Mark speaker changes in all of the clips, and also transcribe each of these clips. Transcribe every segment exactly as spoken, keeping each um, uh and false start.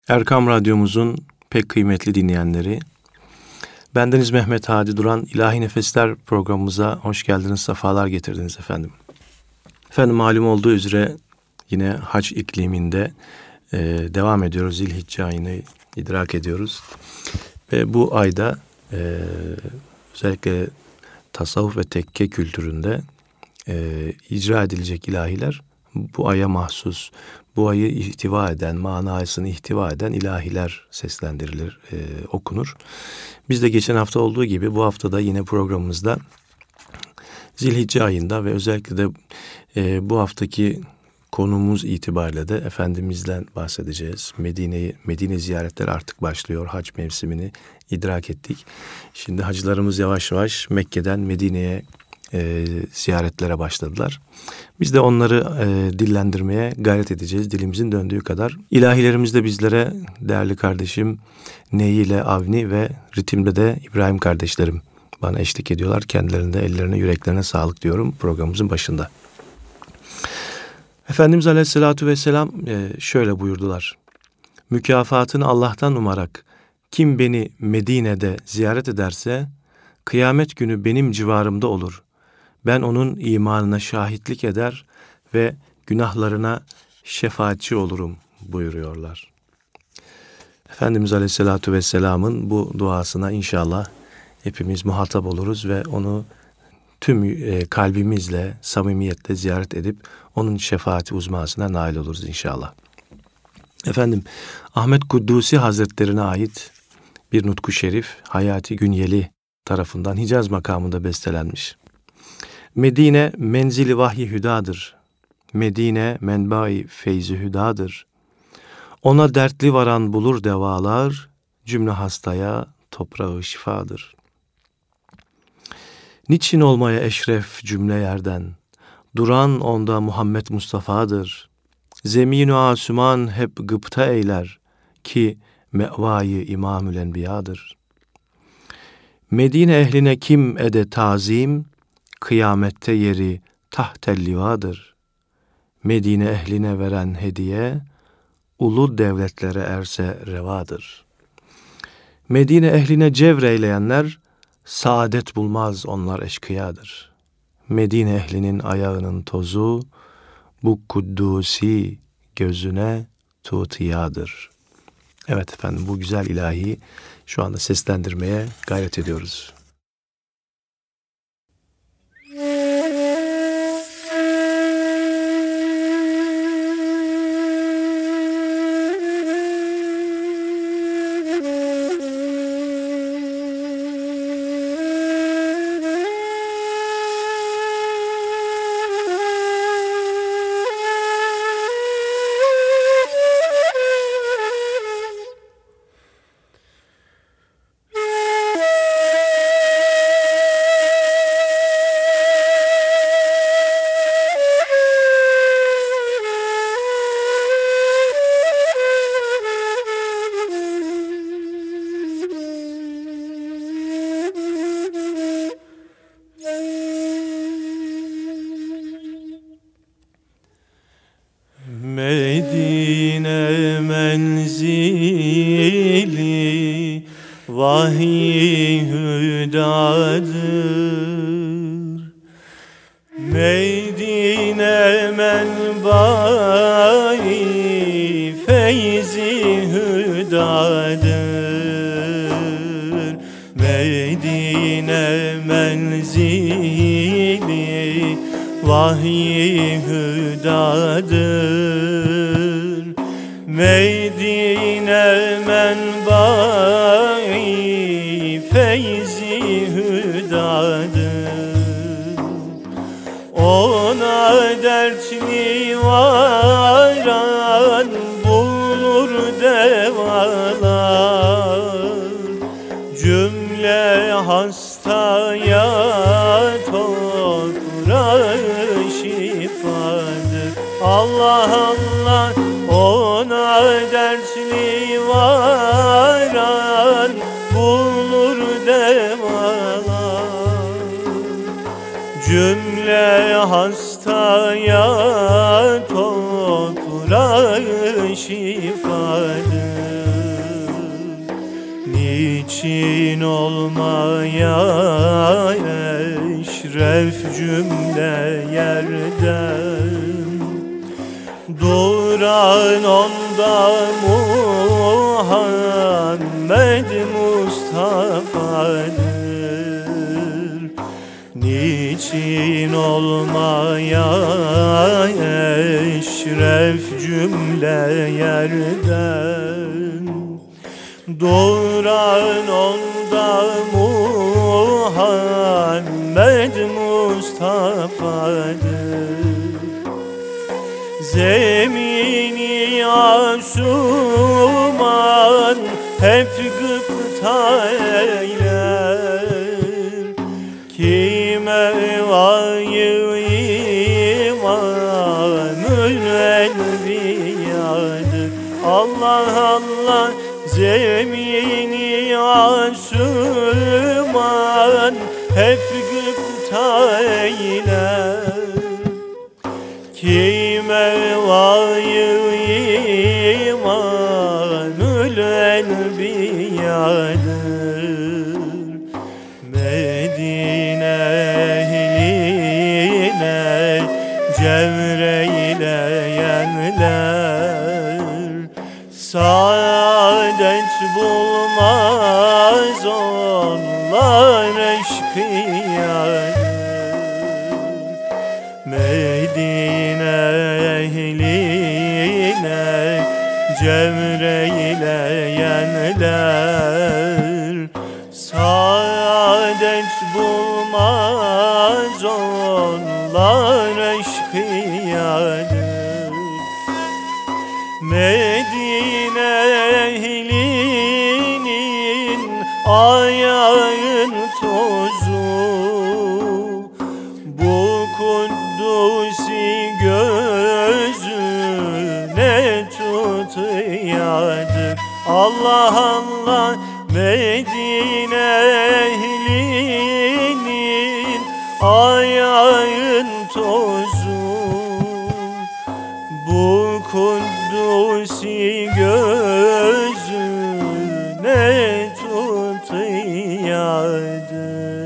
Speaker 1: Erkam Radyomuzun pek kıymetli dinleyenleri, bendeniz Mehmet Hadi Duran, İlahi Nefesler programımıza hoş geldiniz, sefalar getirdiniz efendim. Efendim malum olduğu üzere yine hac ikliminde e, devam ediyoruz. Zilhicce ayını idrak ediyoruz. Ve bu ayda e, özellikle tasavvuf ve tekke kültüründe e, icra edilecek ilahiler bu aya mahsus, bu ayı ihtiva eden, manasını ihtiva eden ilahiler seslendirilir, e, okunur. Biz de geçen hafta olduğu gibi bu haftada yine programımızda Zilhicce ayında ve özellikle de e, bu haftaki konumuz itibariyle de Efendimiz'den bahsedeceğiz. Medine'yi, Medine ziyaretleri artık başlıyor. Hac mevsimini idrak ettik. Şimdi hacılarımız yavaş yavaş Mekke'den Medine'ye e, ziyaretlere başladılar. Biz de onları e, dillendirmeye gayret edeceğiz dilimizin döndüğü kadar. İlahilerimiz de bizlere değerli kardeşim Ney ile Avni ve ritimde de İbrahim kardeşlerim bana eşlik ediyorlar. Kendilerine, ellerine, yüreklerine sağlık diyorum programımızın başında. Efendimiz Aleyhisselatü Vesselam şöyle buyurdular. Mükafatını Allah'tan umarak kim beni Medine'de ziyaret ederse kıyamet günü benim civarımda olur. Ben onun imanına şahitlik eder ve günahlarına şefaatçi olurum buyuruyorlar. Efendimiz Aleyhisselatü Vesselam'ın bu duasına inşallah hepimiz muhatap oluruz ve onu tüm e, kalbimizle, samimiyetle ziyaret edip onun şefaati uzmasına nail oluruz inşallah. Efendim, Ahmet Kuddusi Hazretlerine ait bir nutku şerif Hayati Günyeli tarafından Hicaz makamında bestelenmiş. Medine menzili vahyi hüdadır. Medine menbai feyzi hüdadır. Ona dertli varan bulur devalar, cümle hastaya toprağı şifadır. Niçin olmaya eşref cümle yerden, duran onda Muhammed Mustafa'dır. Zemin-i asuman hep gıpta eyler, ki mevayı İmamül Enbiya'dır. Medine ehline kim ede tazim, kıyamette yeri tahtel livadır. Medine ehline veren hediye, ulu devletlere erse revadır. Medine ehline cevreyleyenler, saadet bulmaz onlar eşkıyadır. Medine ehlinin ayağının tozu, bu kuddusi gözüne tutiyadır. Evet efendim, bu güzel ilahi şu anda seslendirmeye gayret ediyoruz.
Speaker 2: Medine menzili vahiy hüdadır. Medine menbai feyzi hüdadır. Medine menzili vahiy hüdadır. Medine menbai feyzi hüdadır. Ona dertli varan bulur devalar, cümle hastaya toprağı şifadır. Allah Allah, ona dertli varan bulur devalar, cümle hastaya toprağı şifadır. Niçin olmaya eşref cümle yerden duran onda Muhammed Mustafa'dır. Niçin olmaya eşref cümle yerden duran onda Muhammed Mustafa'dır. Zemini asuman hep gıpta eyler. Kime vayı imamül enbiyadır. Allah Allah zemini asuman hep gıpta eyler. Kime vayı imanül enbiyadır. Medine ehline cevreyleyenler saadet bulmaz, onlar eşkıyadır. Medine ehline cevreyleyenler saadet bulmaz, onlar eşkıyadır. Medine ehlinin ayağın tozu bu Kuddusi gözüne tutuyadır. Allah Allah Medine ehlinin ayağın tozu bu Kuddusi gözüne tutuyadır.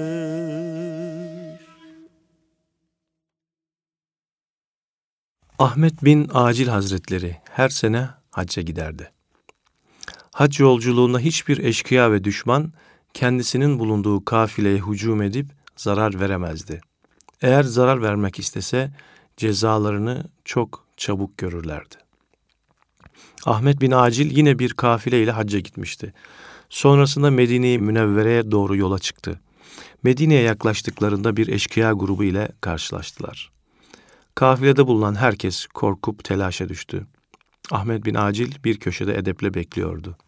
Speaker 1: Ahmet bin Acil Hazretleri her sene hacca giderdi. Hac yolculuğunda hiçbir eşkıya ve düşman kendisinin bulunduğu kafileye hücum edip zarar veremezdi. Eğer zarar vermek istese cezalarını çok çabuk görürlerdi. Ahmet bin Acil yine bir kafileyle hacca gitmişti. Sonrasında Medine-i Münevvere'ye doğru yola çıktı. Medine'ye yaklaştıklarında bir eşkıya grubu ile karşılaştılar. Kafilede bulunan herkes korkup telaşa düştü. Ahmet bin Acil bir köşede edeple bekliyordu.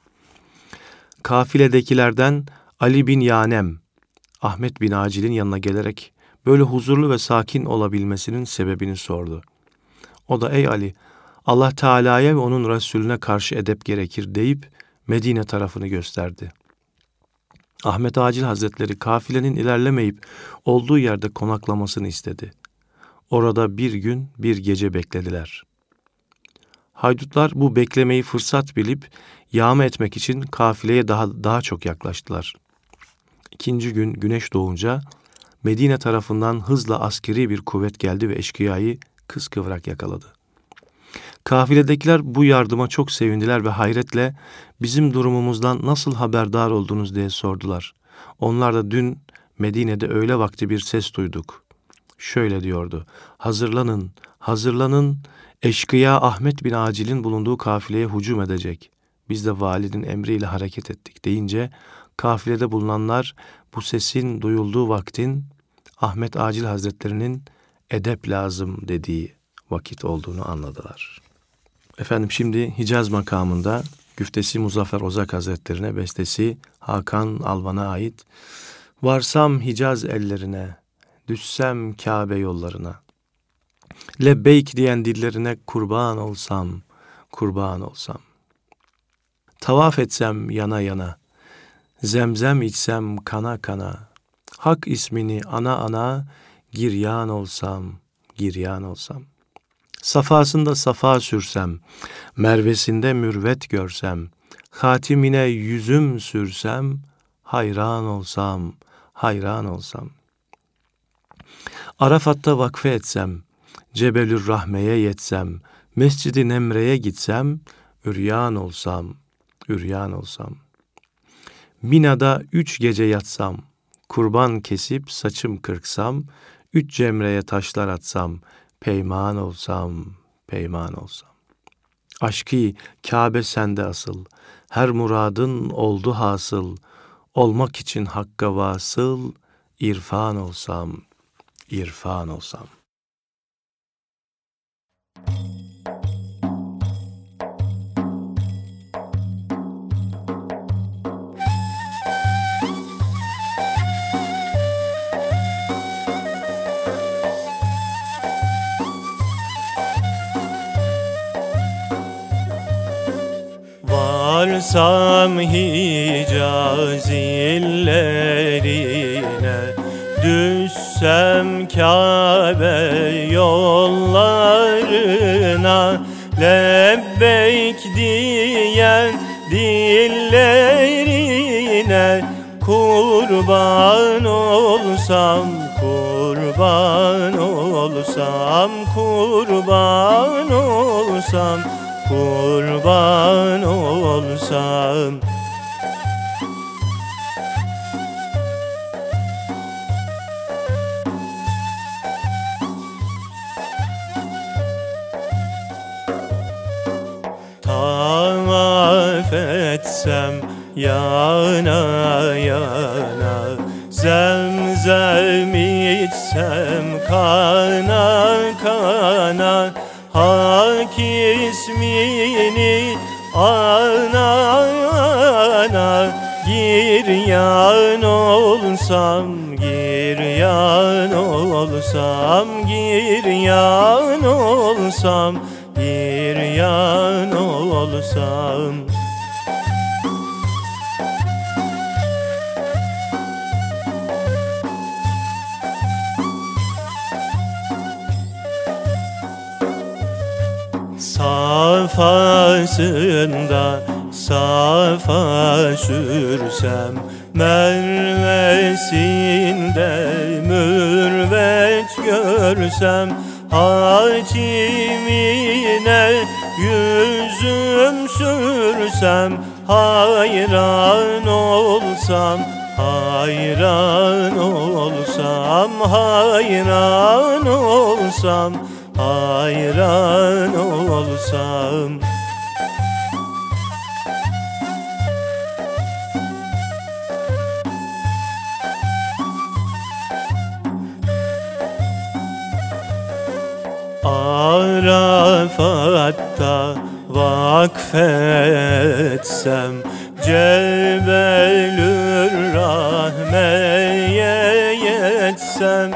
Speaker 1: Kafiledekilerden Ali bin Yanem, Ahmet bin Acil'in yanına gelerek böyle huzurlu ve sakin olabilmesinin sebebini sordu. O da ey Ali, Allah Teala'ya ve onun Resulüne karşı edep gerekir deyip Medine tarafını gösterdi. Ahmet Acil Hazretleri kafilenin ilerlemeyip olduğu yerde konaklamasını istedi. Orada bir gün bir gece beklediler. Haydutlar bu beklemeyi fırsat bilip yağma etmek için kafileye daha daha çok yaklaştılar. İkinci gün güneş doğunca Medine tarafından hızla askeri bir kuvvet geldi ve eşkıyayı kıskıvrak yakaladı. Kafiledekiler bu yardıma çok sevindiler ve hayretle bizim durumumuzdan nasıl haberdar oldunuz diye sordular. Onlar da dün Medine'de öğle vakti bir ses duyduk. Şöyle diyordu: hazırlanın, hazırlanın, eşkıya Ahmet bin Acil'in bulunduğu kafileye hücum edecek. Biz de valinin emriyle hareket ettik deyince kafilede bulunanlar bu sesin duyulduğu vaktin Ahmet Acil Hazretleri'nin edep lazım dediği vakit olduğunu anladılar. Efendim şimdi Hicaz makamında güftesi Muzaffer Ozak Hazretlerine, bestesi Hakan Alvan'a ait Varsam Hicaz ellerine, düşsem Kabe yollarına, lebbeyk diyen dillerine kurban olsam, kurban olsam. Tavaf etsem yana yana, zemzem içsem kana kana, Hak ismini ana ana, giryan olsam, giryan olsam. Safasında safa sürsem, mervesinde mürvet görsem, hatimine yüzüm sürsem, hayran olsam, hayran olsam. Arafat'ta vakfe etsem, Cebelür Rahme'ye yetsem, Mescid-i Nemre'ye gitsem, üryan olsam, üryan olsam. Mina'da üç gece yatsam, kurban kesip saçım kırksam, üç cemreye taşlar atsam, peyman olsam, peyman olsam. Aşkı Kabe sende asıl, her muradın oldu hasıl, olmak için hakka vasıl, irfan olsam, irfan olsam.
Speaker 2: Varsam Hicaz illerine, düşsem Kabe yollarına, lebbeyk diyen dillerine, kurban olsam, kurban olsam, kurban olsam, kurban olsam. Tavaf etsem yana yana, zemzem içsem kana kana, Hak ismini ana ana, giryan olsam, giryan olsam, giryan olsam, giryan olsam. Safasında safa sürsem, mervesinde mürvet görsem, hatimine yüzüm sürsem, hayran olsam, hayran olsam, hayran olsam, hayran olsam. Arafat'ta vakfetsem, Cebelür Rahme'ye yetsem,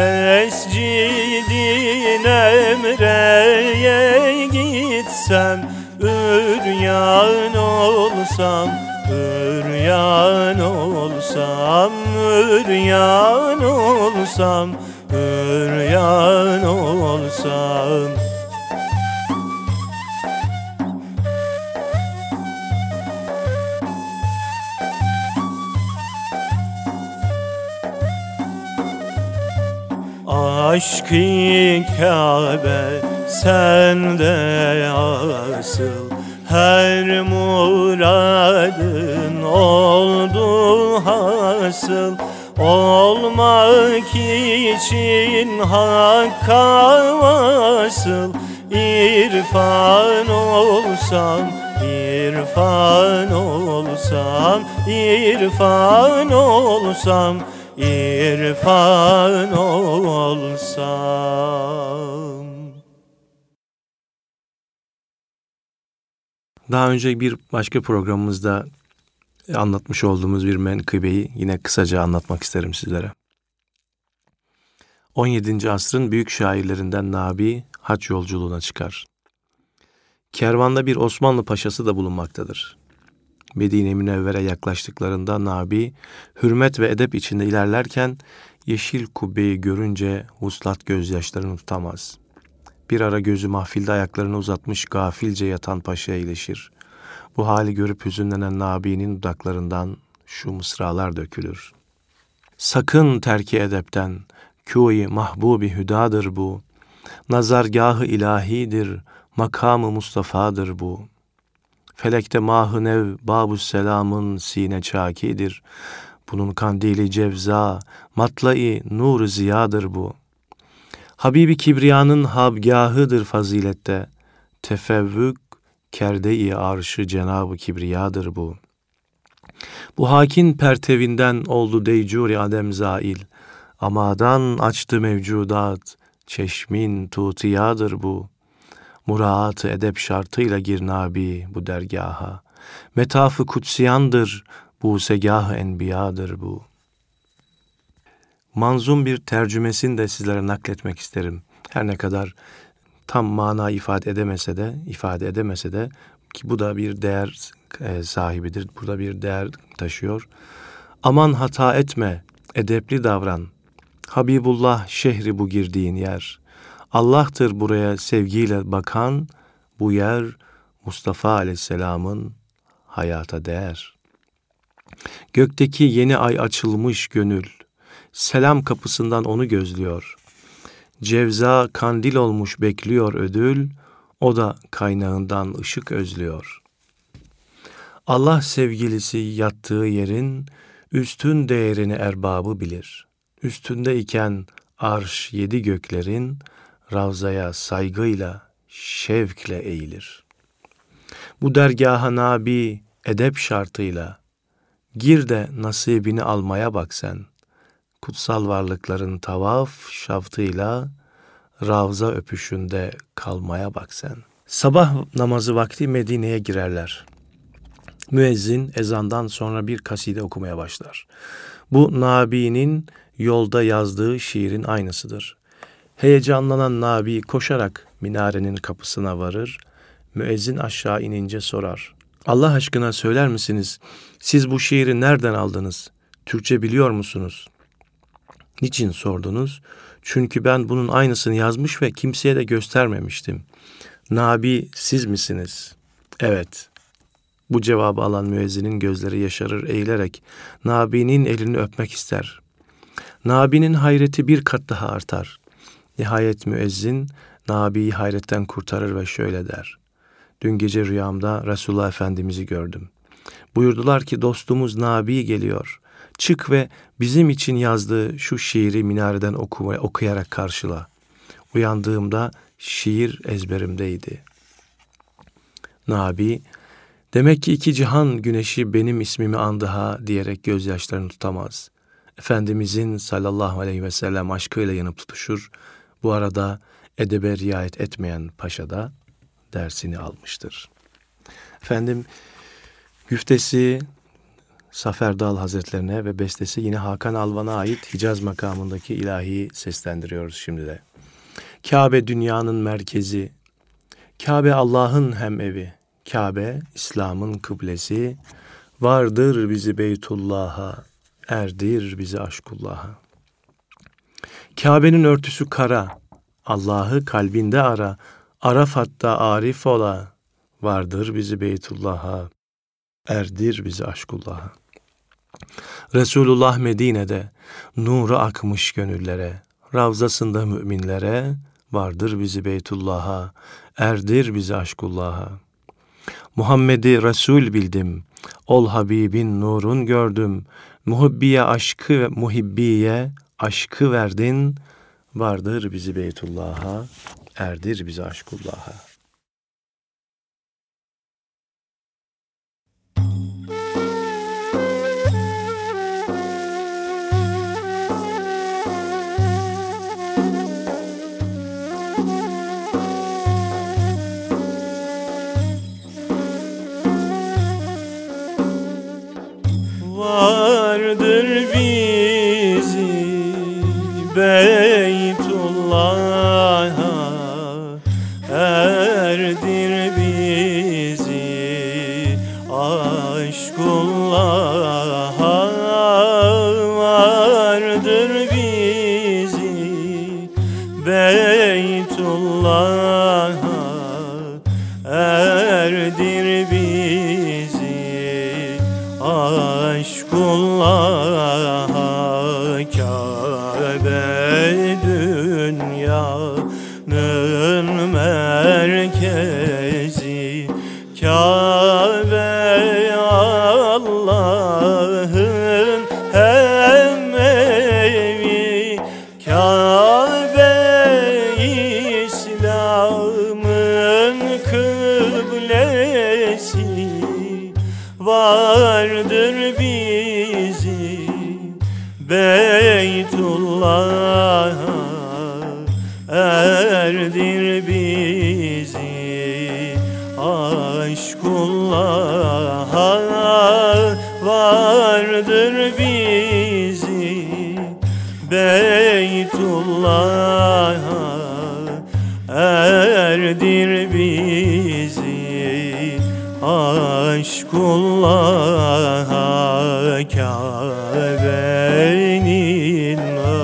Speaker 2: Mescid-i Nemre'ye gitsem, üryan olsam, üryan olsam, üryan olsam, üryan olsam. Aşk-ı Kabe sende asıl, her muradın oldu hasıl, olmak için hakka vasıl, irfan olsam, irfan olsam, irfan olsam, irfan olsam.
Speaker 1: Daha önce bir başka programımızda anlatmış olduğumuz bir menkıbeyi yine kısaca anlatmak isterim sizlere. on yedinci asrın büyük şairlerinden Nabi hac yolculuğuna çıkar. Kervanda bir Osmanlı paşası da bulunmaktadır. Medine-i Münevvere yaklaştıklarında Nabi hürmet ve edep içinde ilerlerken yeşil kubbeyi görünce vuslat gözyaşlarını tutamaz. Bir ara gözü mahfilde ayaklarını uzatmış gafilce yatan paşaya iyileşir. Bu hali görüp hüzünlenen Nabi'nin dudaklarından şu mısralar dökülür. Sakın terki edepten, kûyi mahbubi hüdadır bu. Nazargâh-ı ilahidir, makamı Mustafa'dır bu. Felekte mah-ı nev, Bab-ı selamın sine çakidir. Bunun kandili cevza, matla-i nur-u ziyadır bu. Habibi Kibriya'nın habgâhıdır fazilette. Tefevvük, kerde-i arşı Cenab-ı Kibriya'dır bu. Bu hakin pertevinden oldu deycûr-i adem zail. Amadan açtı mevcudat, çeşmin tutiyadır bu. Muraat-ı edep şartıyla gir Nabi bu dergaha. Metaf-ı kutsiyandır, bu segah-ı enbiyadır bu. Manzum bir tercümesini de sizlere nakletmek isterim. Her ne kadar tam mana ifade edemese de, ifade edemese de ki bu da bir değer e, sahibidir. Burada bir değer taşıyor. Aman hata etme, edepli davran. Habibullah şehri bu girdiğin yer. Allah'tır buraya sevgiyle bakan, bu yer Mustafa Aleyhisselam'ın hayata değer. Gökteki yeni ay açılmış gönül, selam kapısından onu gözlüyor. Cevza kandil olmuş bekliyor ödül, o da kaynağından ışık özlüyor. Allah sevgilisi yattığı yerin, üstün değerini erbabı bilir. Üstündeyken arş yedi göklerin, Ravzaya saygıyla, şevkle eğilir. Bu dergaha Nabi edep şartıyla, gir de nasibini almaya bak sen. Kutsal varlıkların tavaf şaftıyla, Ravza öpüşünde kalmaya bak sen. Sabah namazı vakti Medine'ye girerler. Müezzin ezandan sonra bir kaside okumaya başlar. Bu Nabi'nin yolda yazdığı şiirin aynısıdır. Heyecanlanan Nabi koşarak minarenin kapısına varır. Müezzin aşağı inince sorar. Allah aşkına söyler misiniz? Siz bu şiiri nereden aldınız? Türkçe biliyor musunuz? Niçin sordunuz? Çünkü ben bunun aynısını yazmış ve kimseye de göstermemiştim. Nabi siz misiniz? Evet. Bu cevabı alan müezzinin gözleri yaşarır eğilerek Nabi'nin elini öpmek ister. Nabi'nin hayreti bir kat daha artar. Nihayet müezzin Nabi'yi hayretten kurtarır ve şöyle der. Dün gece rüyamda Resulullah Efendimiz'i gördüm. Buyurdular ki dostumuz Nabi geliyor. Çık ve bizim için yazdığı şu şiiri minareden okuma, okuyarak karşıla. Uyandığımda şiir ezberimdeydi. Nabi, demek ki iki cihan güneşi benim ismimi andı ha diyerek gözyaşlarını tutamaz. Efendimizin sallallahu aleyhi ve sellem aşkıyla yanıp tutuşur. Bu arada edebe riayet etmeyen paşa da dersini almıştır. Efendim, güftesi Zafer Dal Hazretlerine ve bestesi yine Hakan Alvan'a ait Hicaz makamındaki ilahiyi seslendiriyoruz şimdi de. Kabe dünyanın merkezi, Kabe Allah'ın hem evi, Kabe İslam'ın kıblesi, vardır bizi Beytullah'a, erdir bizi aşkullah'a. Kabe'nin örtüsü kara, Allah'ı kalbinde ara, Arafat'ta arif ola, vardır bizi Beytullah'a, erdir bizi aşkullah'a. Resulullah Medine'de, nuru akmış gönüllere, Ravzasında müminlere, vardır bizi Beytullah'a, erdir bizi aşkullah'a. Muhammed'i Resul bildim, ol Habibin nurun gördüm, muhibbiye aşkı ve muhibbiye aşkı verdin, vardır bizi Beytullah'a, erdir bizi aşkullah'a.
Speaker 2: Vardır bizi Beytullah'a, erdir bizi aşkullah'a. Vardır bizi Beytullah'a, erdir bizi aşkullah'a Kabe dünyanın merkezi Kabe Allah'ın hem evi Kabe İslam'ın kıblesi vardır bizim Beytullah'a erdir bizi aşkullah'a vardır bizi Beytullah'a erdir bizi aşkullah'a Kabe'nin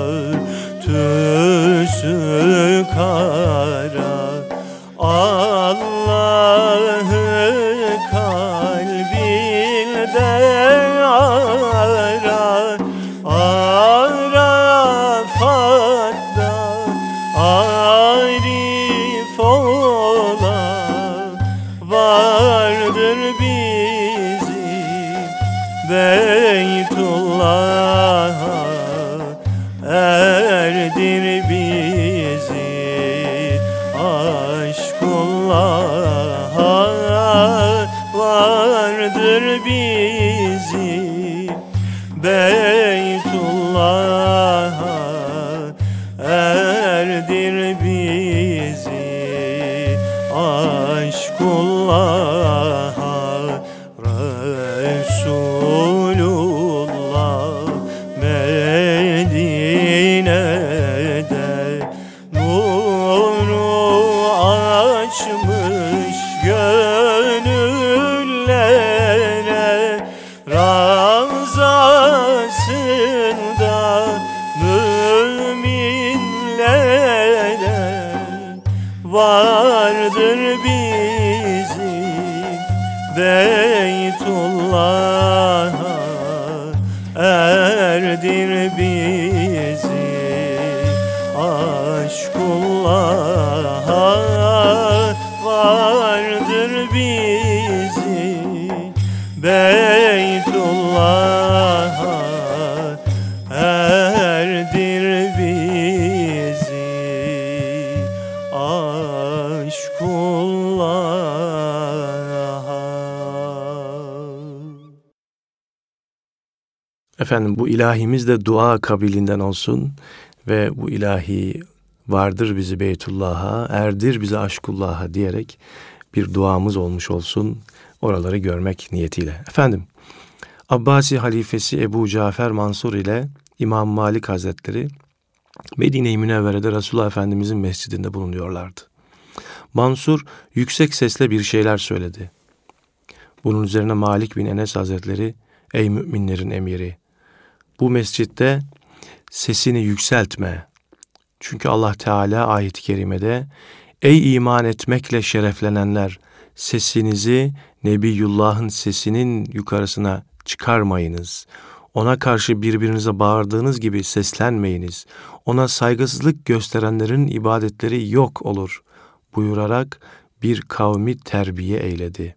Speaker 2: örtüsü kara Allah'ı kalbinde ara Arafat'ta arif olan vardır bizim Beytullah'a erdir bizi aşkullah'a vardır bizi Beytullah'a erdir bizi aşkullah'a Resulullah Medine'de nuru açmış gönüllere Ravzasında müminlere vardır bizim Beytullah'a erdir bizi aşkullah'a vardır bizi Beytullah'a erdir bizi aşkullah'a.
Speaker 1: Efendim bu ilahimiz de dua kabilinden olsun ve bu ilahi vardır bizi Beytullah'a, erdir bizi aşkullah'a diyerek bir duamız olmuş olsun oraları görmek niyetiyle. Efendim Abbasi halifesi Ebu Cafer Mansur ile İmam Malik Hazretleri Medine-i Münevvere'de Resulullah Efendimizin mescidinde bulunuyorlardı. Mansur yüksek sesle bir şeyler söyledi. Bunun üzerine Malik bin Enes Hazretleri, ey müminlerin emiri, bu mescitte sesini yükseltme. Çünkü Allah Teala ayet-i kerimede, ey iman etmekle şereflenenler, sesinizi Nebiyullah'ın sesinin yukarısına çıkarmayınız. Ona karşı birbirinize bağırdığınız gibi seslenmeyiniz. Ona saygısızlık gösterenlerin ibadetleri yok olur buyurarak bir kavmi terbiye eyledi.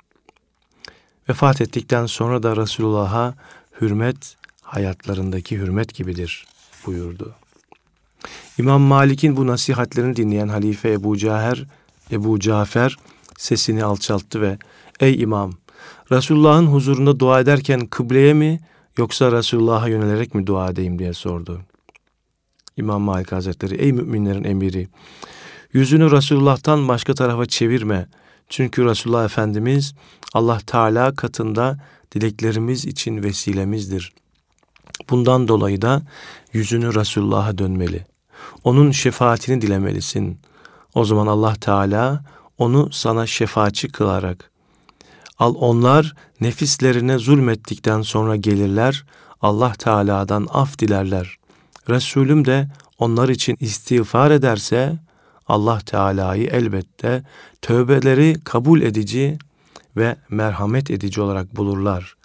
Speaker 1: Vefat ettikten sonra da Resulullah'a hürmet hayatlarındaki hürmet gibidir buyurdu. İmam Malik'in bu nasihatlerini dinleyen halife Ebu Cafer, Ebu Cafer sesini alçalttı ve ey imam, Resulullah'ın huzurunda dua ederken kıbleye mi yoksa Resulullah'a yönelerek mi dua edeyim diye sordu. İmam Malik Hazretleri, ey müminlerin emiri, yüzünü Resulullah'tan başka tarafa çevirme. Çünkü Resulullah Efendimiz Allah Teala katında dileklerimiz için vesilemizdir. Bundan dolayı da yüzünü Resulullah'a dönmeli. Onun şefaatini dilemelisin. O zaman Allah Teala onu sana şefaatçi kılarak, al onlar nefislerine zulmettikten sonra gelirler, Allah Teala'dan af dilerler. Resulüm de onlar için istiğfar ederse, Allah Teala'yı elbette tövbeleri kabul edici ve merhamet edici olarak bulurlar.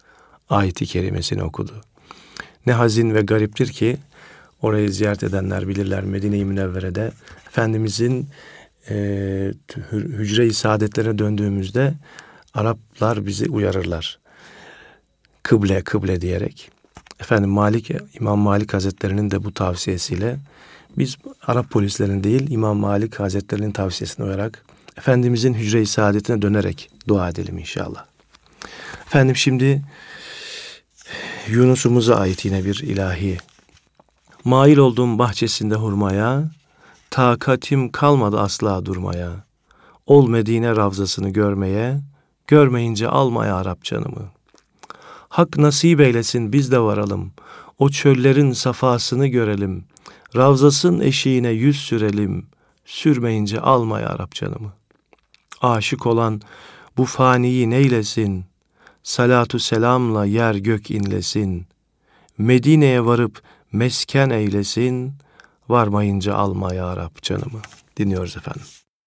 Speaker 1: ayeti kerimesini okudu. Ne hazin ve gariptir ki orayı ziyaret edenler bilirler, Medine-i Münevvere'de Efendimizin e, hücre-i saadetlerine döndüğümüzde Araplar bizi uyarırlar. Kıble, kıble diyerek. Efendim Malik, İmam Malik Hazretleri'nin de bu tavsiyesiyle biz Arap polislerinin değil İmam Malik Hazretleri'nin tavsiyesine uyarak Efendimizin hücre-i saadetine dönerek dua edelim inşallah. Efendim şimdi Yunus'umuza ait yine bir ilahi. Mail olduğum bahçesinde hurmaya, takatim kalmadı asla durmaya. Ol Medine ravzasını görmeye, görmeyince alma ya Rab canımı. Hak nasip eylesin biz de varalım, o çöllerin safasını görelim. Ravzasın eşiğine yüz sürelim, sürmeyince alma ya Rab canımı. Aşık olan bu faniyi neylesin, salatu selamla yer gök inlesin. Medine'ye varıp mesken eylesin, varmayınca alma ya Rab canımı. Dinliyoruz efendim.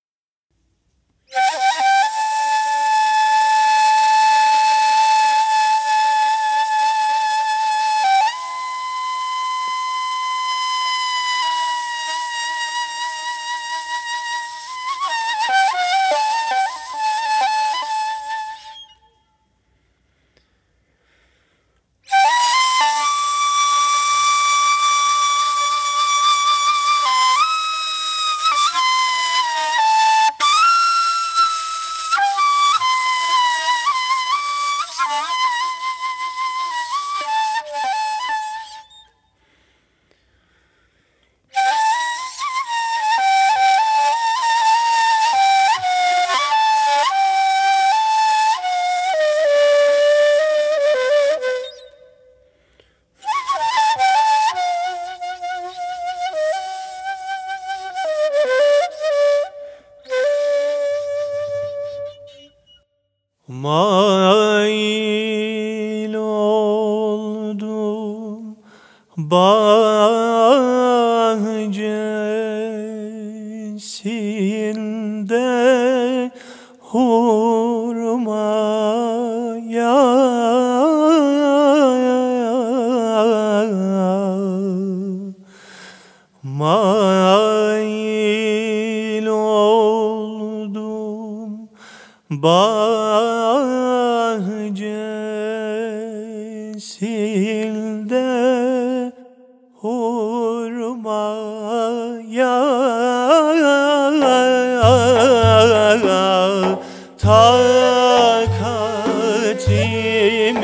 Speaker 2: Mail oldum bahçesinde hurmaya, mail oldum bahçesinde hurmaya, takatim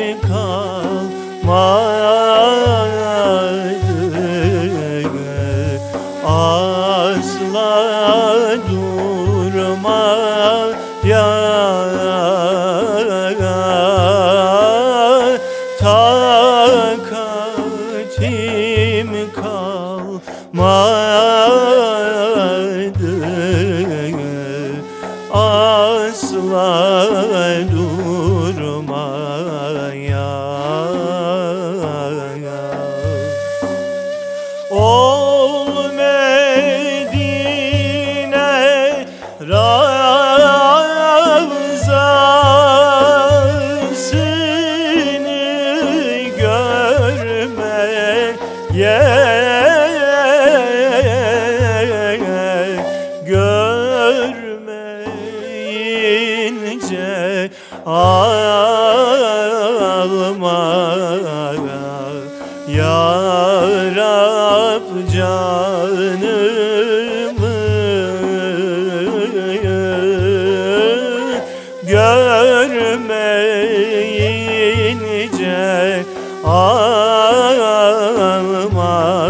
Speaker 2: kalmadı asla durmaya, takatim kalmadı asla durmaya. Ol Medine ravzasını görmeye, görmeyince alma ya Rab canımı, görmeyince alma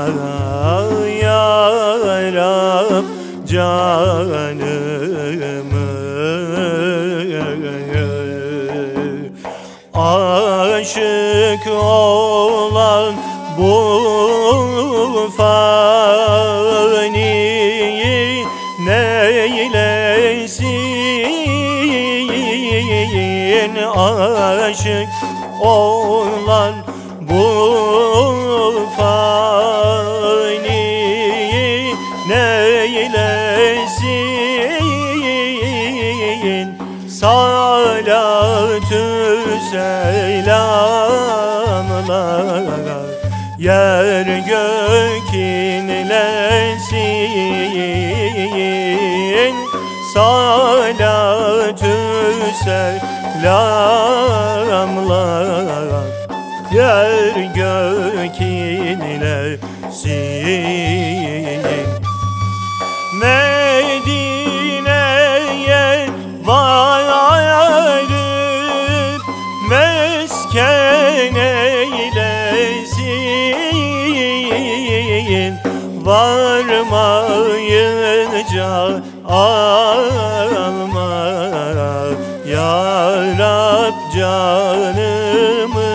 Speaker 2: ya Rab canımı. Aşık olan bu faniyi neylesin, aşık olan bu faniyi neylesin, salatü selam selamlar, yer gök inlesin, salatü selamlar, yer gök inlesin. Medine'ye varıp mesken eylesin, varmayınca alma ya Rab canımı,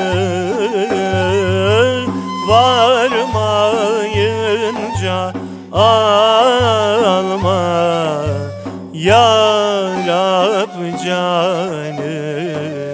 Speaker 2: varmayınca alma ya Rab canımı.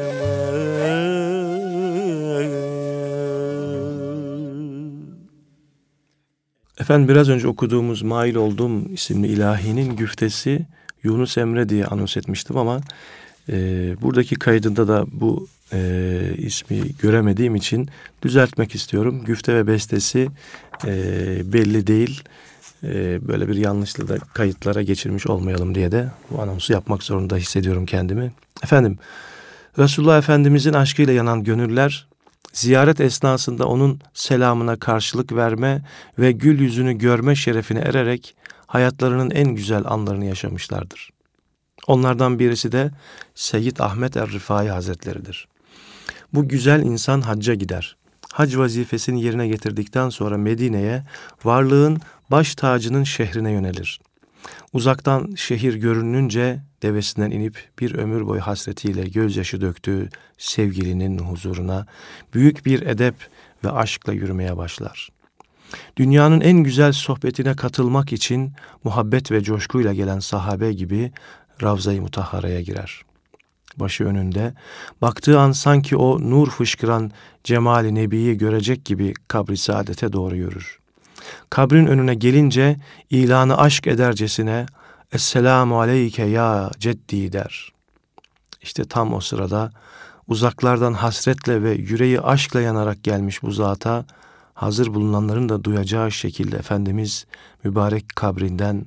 Speaker 1: Efendim biraz önce okuduğumuz Mail Oldum isimli ilahinin güftesi Yunus Emre diye anons etmiştim ama e, buradaki kaydında da bu e, ismi göremediğim için düzeltmek istiyorum. Güfte ve bestesi e, belli değil. E, böyle bir yanlışlıkla da kayıtlara geçirmiş olmayalım diye de bu anonsu yapmak zorunda hissediyorum kendimi. Efendim, Resulullah Efendimizin aşkıyla yanan gönüller, ziyaret esnasında onun selamına karşılık verme ve gül yüzünü görme şerefine ererek hayatlarının en güzel anlarını yaşamışlardır. Onlardan birisi de Seyyid Ahmet Er-Rifai Hazretleri'dir. Bu güzel insan hacca gider. Hac vazifesini yerine getirdikten sonra Medine'ye, varlığın baş tacının şehrine yönelir. Uzaktan şehir görününce devesinden inip bir ömür boyu hasretiyle gözyaşı döktüğü sevgilinin huzuruna büyük bir edep ve aşkla yürümeye başlar. Dünyanın en güzel sohbetine katılmak için muhabbet ve coşkuyla gelen sahabe gibi Ravza-i Mutahhara'ya girer. Başı önünde, baktığı an sanki o nur fışkıran Cemali Nebi'yi görecek gibi kabri saadete doğru yürür. Kabrin önüne gelince ilanı aşk edercesine "Esselamu aleyke ya ceddi" der. İşte tam o sırada uzaklardan hasretle ve yüreği aşkla yanarak gelmiş bu zata, hazır bulunanların da duyacağı şekilde Efendimiz mübarek kabrinden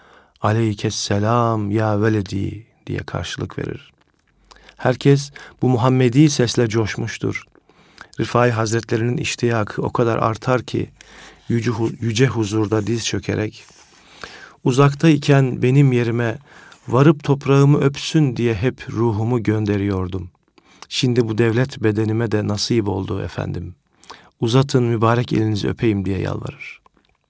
Speaker 1: "Aleykesselam ya veledi" diye karşılık verir. Herkes bu Muhammedi sesle coşmuştur. Rifai Hazretlerinin iştiyakı o kadar artar ki yüce, yüce huzurda diz çökerek "Uzaktayken benim yerime varıp toprağımı öpsün diye hep ruhumu gönderiyordum. Şimdi bu devlet bedenime de nasip oldu efendim. Uzatın mübarek elinizi öpeyim" diye yalvarır.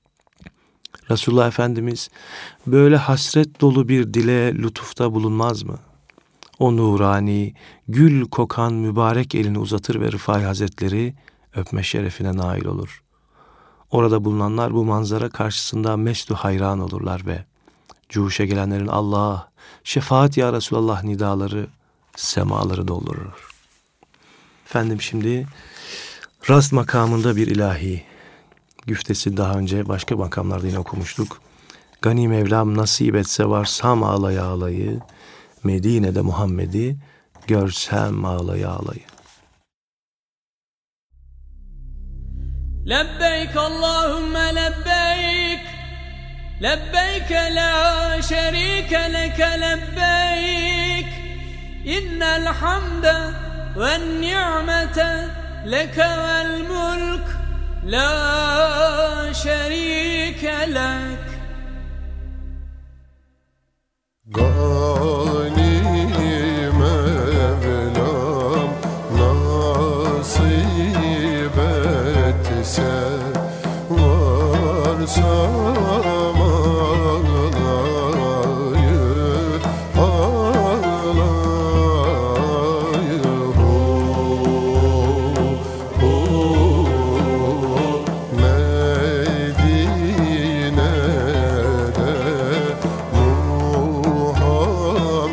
Speaker 1: Resulullah Efendimiz böyle hasret dolu bir dile lütufta bulunmaz mı? O nurani, gül kokan mübarek elini uzatır ve Rifai Hazretleri öpme şerefine nail olur. Orada bulunanlar bu manzara karşısında mestu hayran olurlar ve cuşa gelenlerin "Allah, şefaat ya Resulallah" nidaları semaları doldurur. Efendim şimdi rast makamında bir ilahi güftesi daha önce başka makamlarda yine okumuştuk. Gani Mevlam nasip etse varsam ağlaya ağlayı, Medine'de Muhammed'i görsem ağlaya ağlayı.
Speaker 3: Lebbeyk Allahümme lebbeyk, lebbeyk la şerike leke lebbeyk, innel hamde ve ni'mete leke vel mulk, la şerike lek.
Speaker 4: Gani Mevlam nasip etse varsam ağlayı ağlayı hu hu Medine'de Muhammed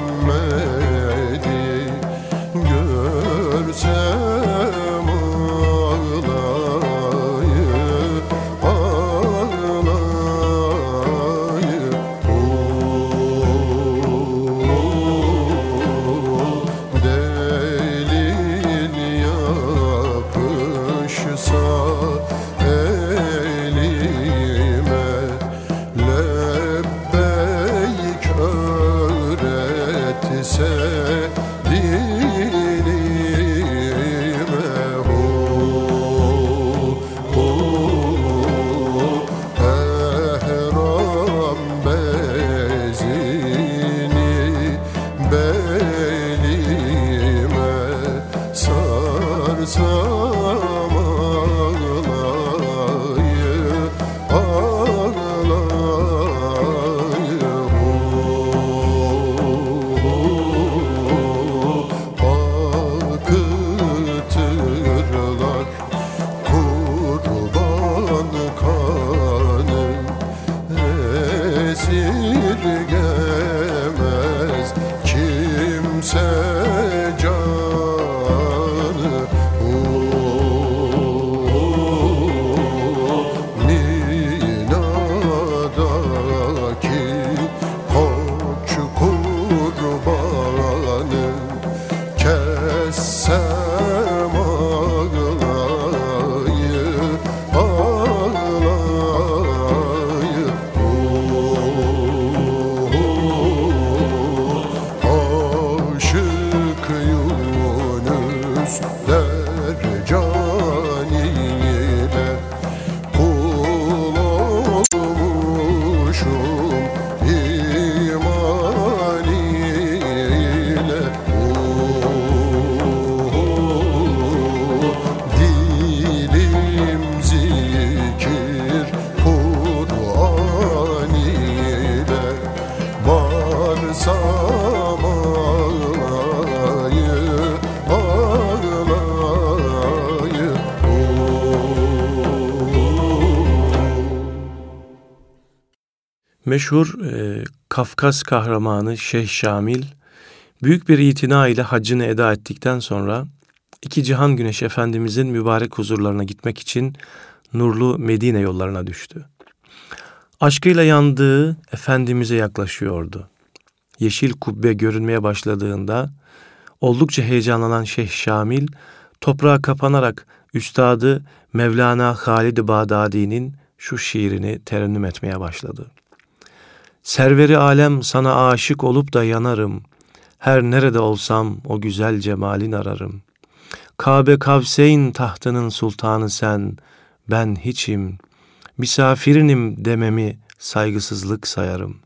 Speaker 1: Meşhur e, Kafkas kahramanı Şeyh Şamil, büyük bir itina ile haccını eda ettikten sonra iki cihan güneşi Efendimizin mübarek huzurlarına gitmek için nurlu Medine yollarına düştü. Aşkıyla yandığı Efendimiz'e yaklaşıyordu. Yeşil kubbe görünmeye başladığında oldukça heyecanlanan Şeyh Şamil, toprağa kapanarak Üstadı Mevlana Halid-i Bağdadi'nin şu şiirini terennüm etmeye başladı. Serveri alem sana aşık olup da yanarım, her nerede olsam o güzel cemalin ararım. Kabe Kavseyn tahtının sultanı sen, ben hiçim, misafirinim dememi saygısızlık sayarım.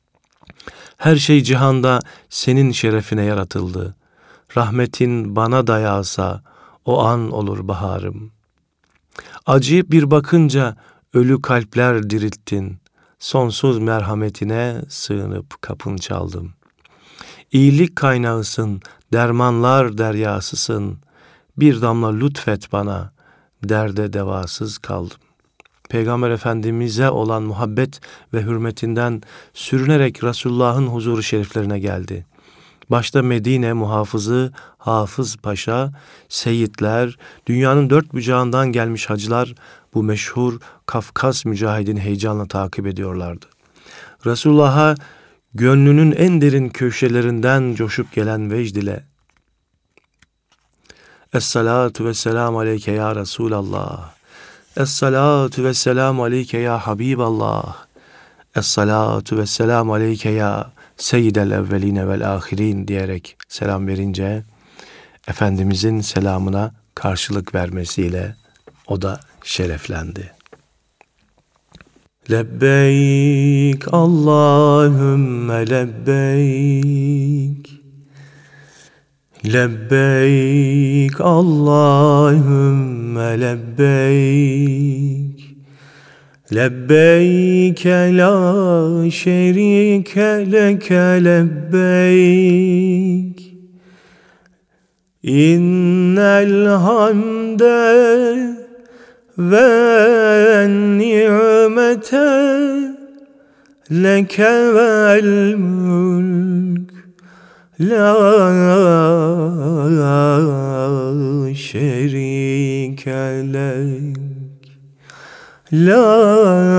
Speaker 1: Her şey cihanda senin şerefine yaratıldı, rahmetin bana dayasa o an olur baharım. Acıyıp bir bakınca ölü kalpler dirilttin, sonsuz merhametine sığınıp kapını çaldım. İyilik kaynağısın, dermanlar deryasısın, bir damla lütfet bana, derde devasız kaldım. Peygamber Efendimiz'e olan muhabbet ve hürmetinden sürünerek Resulullah'ın huzuru şeriflerine geldi. Başta Medine muhafızı Hafız Paşa, seyitler, dünyanın dört bucağından gelmiş hacılar bu meşhur Kafkas mücahidini heyecanla takip ediyorlardı. Resulullah'a gönlünün en derin köşelerinden coşup gelen vecd ile Es-salatu vesselam aleyke ya Resulallah, Es-salatu vesselam aleyke ya Habiballah, Es-salatu vesselam aleyke ya Seyyidel evveline vel ahirin diyerek selam verince Efendimizin selamına karşılık vermesiyle o da şereflendi. Lebbeyk Allahümme lebbeyk, lebbeyk Allahümme lebbeyk, lebbeyke la şerike leke lebbeyk, innel hamde ve ni'mete leke vel mülk la şerike lek, la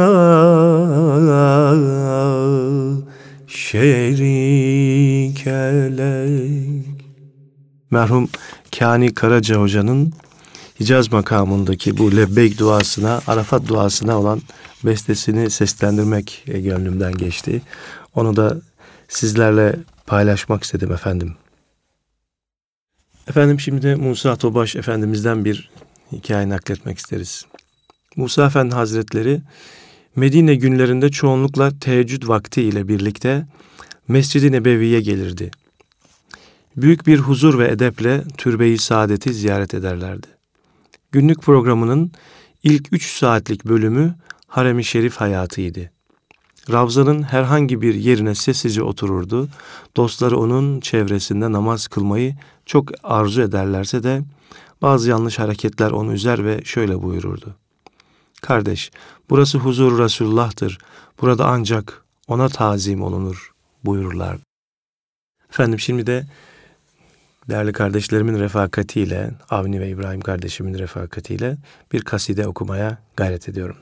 Speaker 1: şerike lek. Merhum Kani Karaca Hoca'nın Hicaz makamındaki bu lebbeyk duasına, Arafat duasına olan bestesini seslendirmek gönlümden geçti. Onu da sizlerle paylaşmak istedim efendim. Efendim şimdi de Musa Tobaş Efendimiz'den bir hikaye nakletmek isteriz. Musa Efendi Hazretleri Medine günlerinde çoğunlukla teheccüd vakti ile birlikte Mescid-i Nebevi'ye gelirdi. Büyük bir huzur ve edeple türbe-i saadeti ziyaret ederlerdi. Günlük programının ilk üç saatlik bölümü harem-i şerif hayatıydı. Ravzanın herhangi bir yerine sessizce otururdu. Dostları onun çevresinde namaz kılmayı çok arzu ederlerse de bazı yanlış hareketler onu üzer ve şöyle buyururdu: "Kardeş, burası huzur Resulullah'tır. Burada ancak ona tazim olunur," buyururlar. Efendim şimdi de değerli kardeşlerimin refakatiyle, Avni ve İbrahim kardeşimin refakatiyle bir kaside okumaya gayret ediyorum.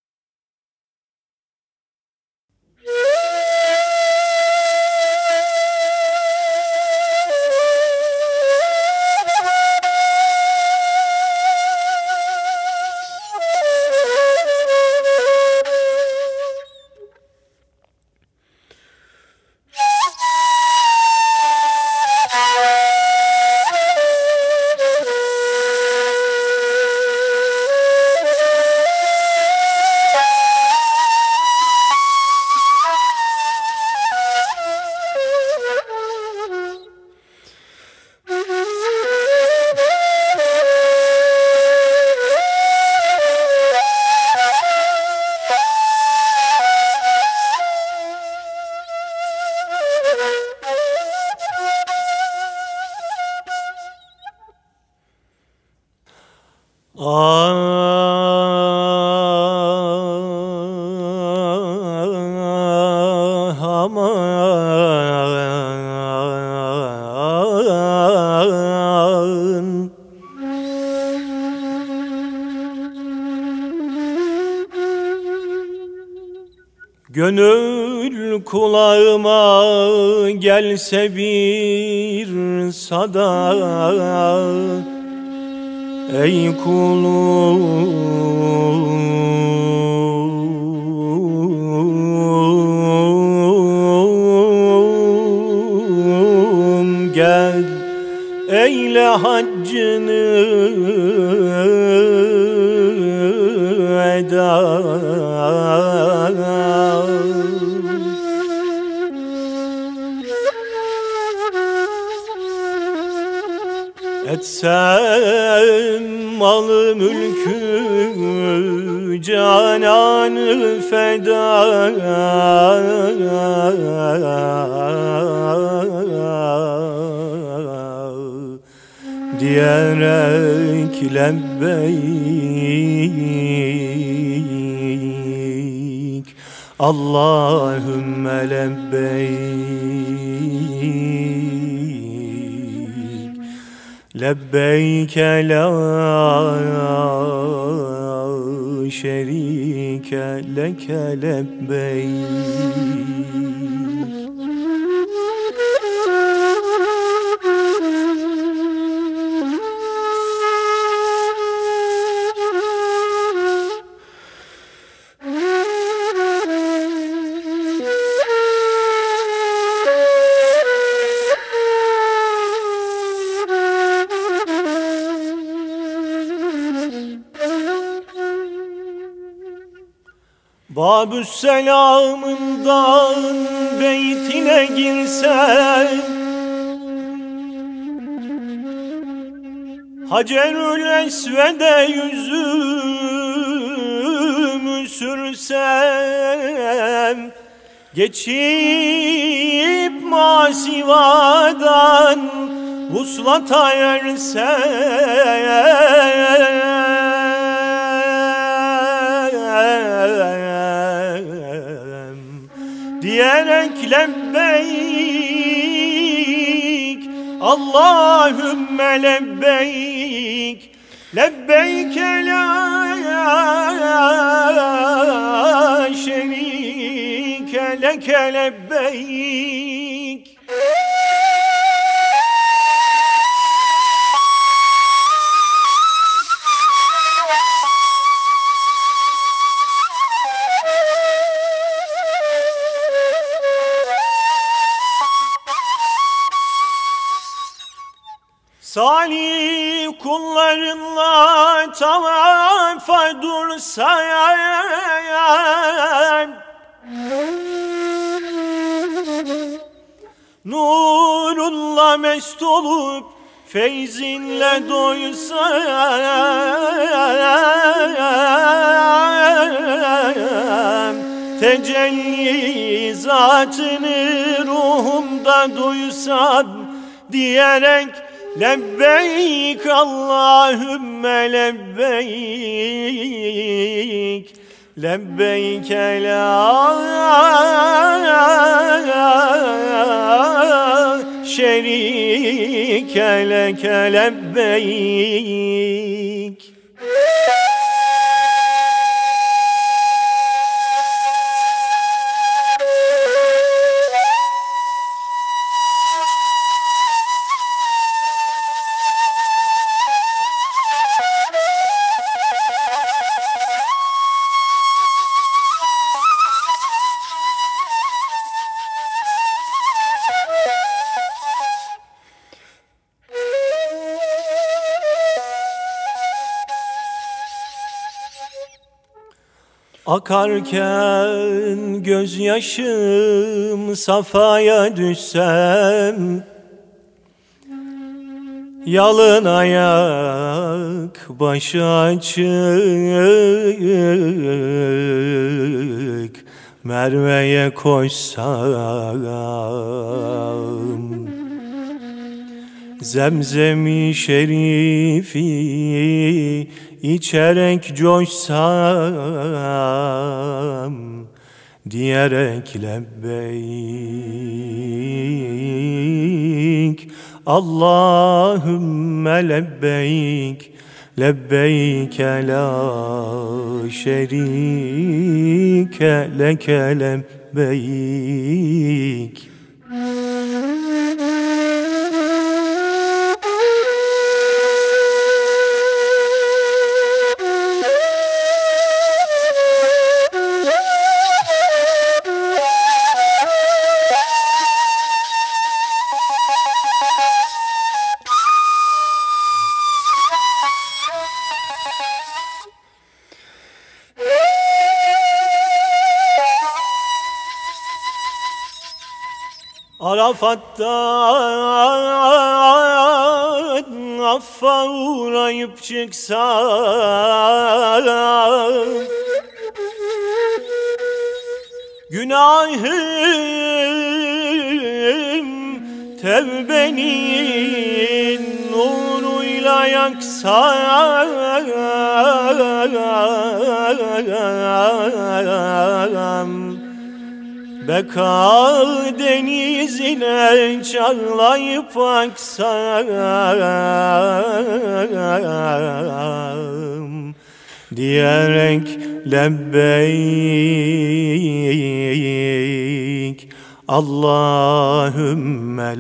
Speaker 2: Gönül kulağıma gelse bir sada, ey kulum gel, eyle haccını eda. Etsem malı mülkü cananı feda, diyerek lebbeyk, Allahümme lebbeyk, lebbeyke la şerike leke lebbeyk. Babüsselam'ından beytine girsem, Hacerül Esved'e yüzümü sürsem, geçip masivadan vuslata ersem, diyerek lebbeyk, Allahümme lebbeyk, lebbeyke la şerike leke lebbeyk. Salih kullarınla tavafa dursam, nur nurunla mest olup feyzinle doysam, tecelli zatını ruhumda duysam, diyerek lebbeyk Allahümme lebbeyk, lebbeyke la şerike leke lebbeyk. Akarken gözyaşım safaya düşsem, yalın ayak başı açık Merve'ye koşsam, Zemzem-i şerifi içerek coşsam, diyerek lebbeyk Allahümme lebbeyk, lebbeyke la şerike leke lebbeyk. Arafat'tan affa uğrayıp çıksam, günahım tevbenin nuruyla yaksam, beka denizine çağlayıp aksam, diyerek lebbeyk Allahümme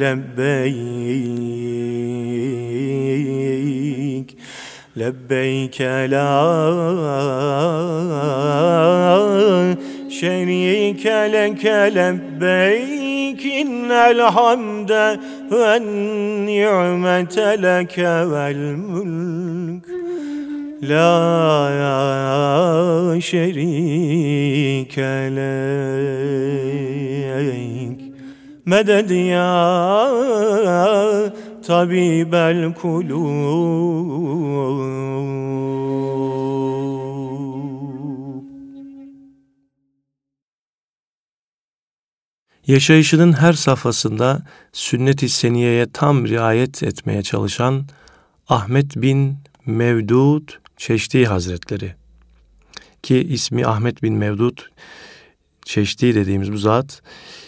Speaker 2: lebbeyk, lebbeyke la şerike leke lebbeyk, innel hamde ve ni'mete leke vel mülk la şerike lek. Meded ya tabibel kulub.
Speaker 1: Yaşayışının her safhasında sünnet-i seniyeye tam riayet etmeye çalışan Ahmet bin Mevdud Çeşdi Hazretleri, ki ismi Ahmet bin Mevdud Çeşdi dediğimiz bu zat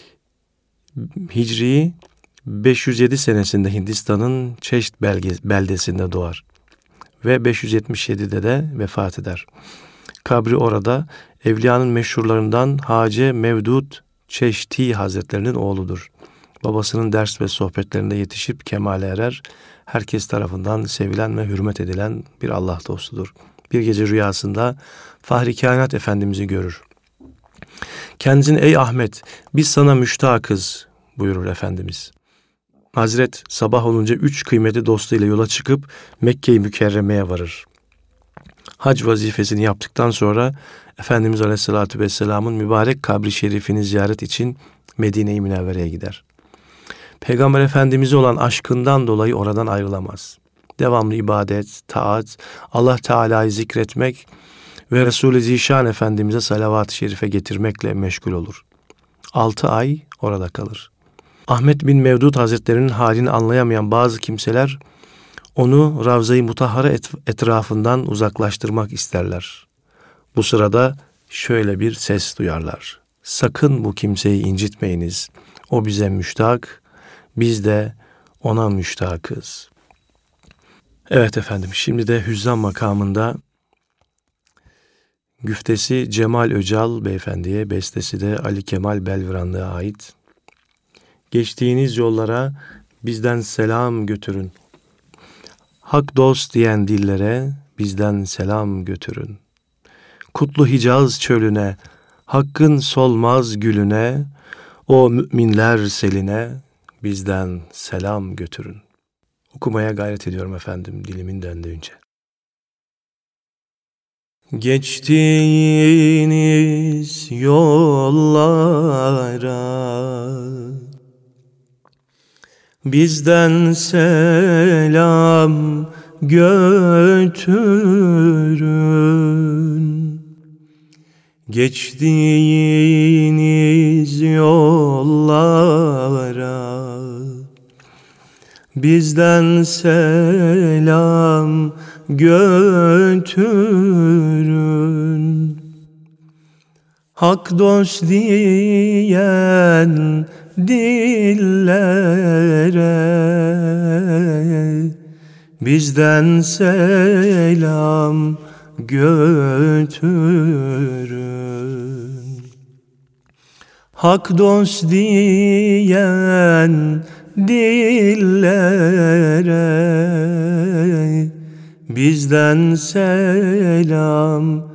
Speaker 1: Hicri beş yüz yedi senesinde Hindistan'ın Çeşt beldesinde doğar ve beş yüz yetmiş yedide de vefat eder. Kabri orada evliyanın meşhurlarından Hacı Mevdud Çeşdi Hazretlerinin oğludur. Babasının ders ve sohbetlerinde yetişip kemale erer. Herkes tarafından sevilen ve hürmet edilen bir Allah dostudur. Bir gece rüyasında Fahri Kainat Efendimiz'i görür. Kendisine ey Ahmet biz sana müştakız buyurur Efendimiz. Hazret sabah olunca üç kıymetli dostuyla yola çıkıp Mekke-i Mükerreme'ye varır. Hac vazifesini yaptıktan sonra Efendimiz Aleyhisselatü Vesselam'ın mübarek kabri şerifini ziyaret için Medine-i Münevvere'ye gider. Peygamber Efendimiz'e olan aşkından dolayı oradan ayrılamaz. Devamlı ibadet, taat, Allah Teala'yı zikretmek ve Resul-i Zişan Efendimiz'e salavat-ı şerife getirmekle meşgul olur. Altı ay orada kalır. Ahmet bin Mevdud Hazretleri'nin halini anlayamayan bazı kimseler onu Ravza-i Mutahhara et- etrafından uzaklaştırmak isterler. Bu sırada şöyle bir ses duyarlar. Sakın bu kimseyi incitmeyiniz. O bize müştak, biz de ona müştakız. Evet efendim, şimdi de Hüzzam makamında güftesi Cemal Öcal beyefendiye, bestesi de Ali Kemal Belviranlı'ya ait. Geçtiğiniz yollara bizden selam götürün. Hak dost diyen dillere bizden selam götürün. Kutlu Hicaz çölüne, hakkın solmaz gülüne, o müminler seline bizden selam götürün. Okumaya gayret ediyorum efendim dilimin döndüğünce. Geçtiğiniz yollara bizden selam götürün. Geçtiğiniz yollara bizden selam götürün. Hak dost diyen dillere bizden selam götürün. Hak dost diyen dillere bizden selam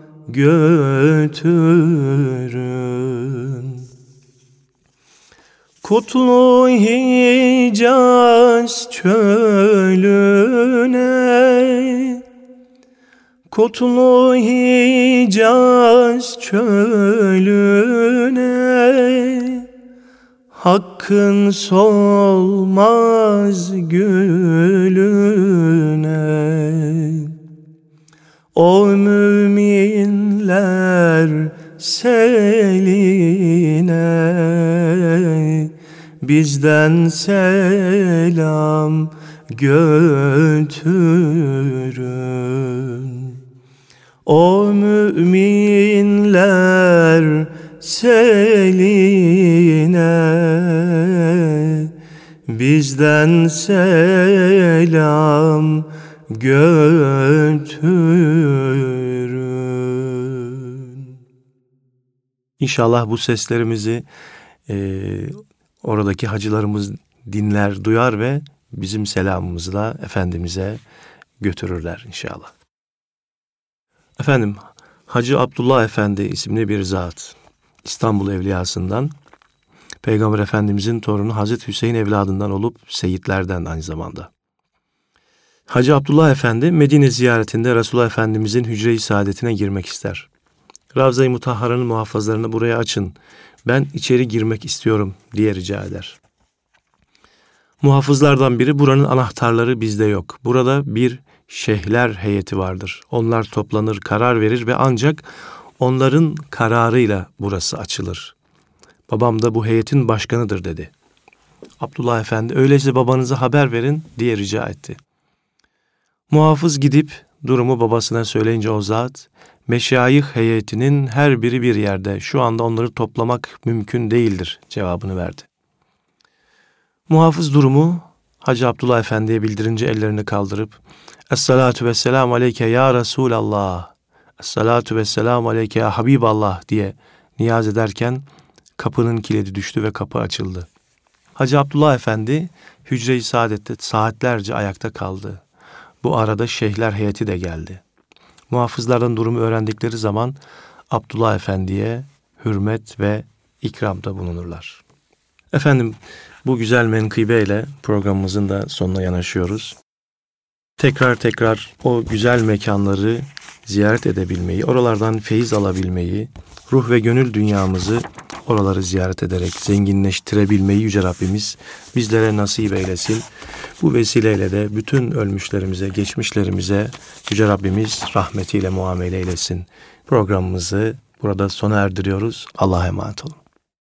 Speaker 1: götürün. Kutlu Hicaz çölüne, Kutlu Hicaz çölüne, hakkın solmaz gülüne, o müminler seline bizden selam götürün. O müminler seline bizden selam götürün. İnşallah bu seslerimizi e, oradaki hacılarımız dinler, duyar ve bizim selamımızla Efendimiz'e götürürler inşallah. Efendim, Hacı Abdullah Efendi isimli bir zat, İstanbul Evliyasından, Peygamber Efendimizin torunu Hazreti Hüseyin evladından olup seyitlerden aynı zamanda. Hacı Abdullah Efendi Medine ziyaretinde Resulullah Efendimizin hücre-i saadetine girmek ister. Ravza-i Mutahhara'nın muhafazlarını buraya açın, ben içeri girmek istiyorum diye rica eder. Muhafızlardan biri, buranın anahtarları bizde yok. Burada bir şeyhler heyeti vardır. Onlar toplanır, karar verir ve ancak onların kararıyla burası açılır. Babam da bu heyetin başkanıdır dedi. Abdullah Efendi, öyleyse babanıza haber verin diye rica etti. Muhafız gidip durumu babasına söyleyince o zat, meşayih heyetinin her biri bir yerde, şu anda onları toplamak mümkün değildir cevabını verdi. Muhafız durumu Hacı Abdullah Efendi'ye bildirince ellerini kaldırıp "Es-salatu vesselamu aleyke ya Resulallah, Es-salatu vesselamu aleyke ya Habiballah" diye niyaz ederken kapının kilidi düştü ve kapı açıldı. Hacı Abdullah Efendi hücre-i saadette saatlerce ayakta kaldı. Bu arada şeyhler heyeti de geldi. Muhafızlardan durumu öğrendikleri zaman Abdullah Efendi'ye hürmet ve ikramda bulunurlar. Efendim, bu güzel menkıbeyle programımızın da sonuna yanaşıyoruz. Tekrar tekrar o güzel mekanları ziyaret edebilmeyi, oralardan feyiz alabilmeyi, ruh ve gönül dünyamızı oraları ziyaret ederek zenginleştirebilmeyi Yüce Rabbimiz bizlere nasip eylesin. Bu vesileyle de bütün ölmüşlerimize, geçmişlerimize Yüce Rabbimiz rahmetiyle muamele eylesin. Programımızı burada sona erdiriyoruz. Allah'a emanet olun.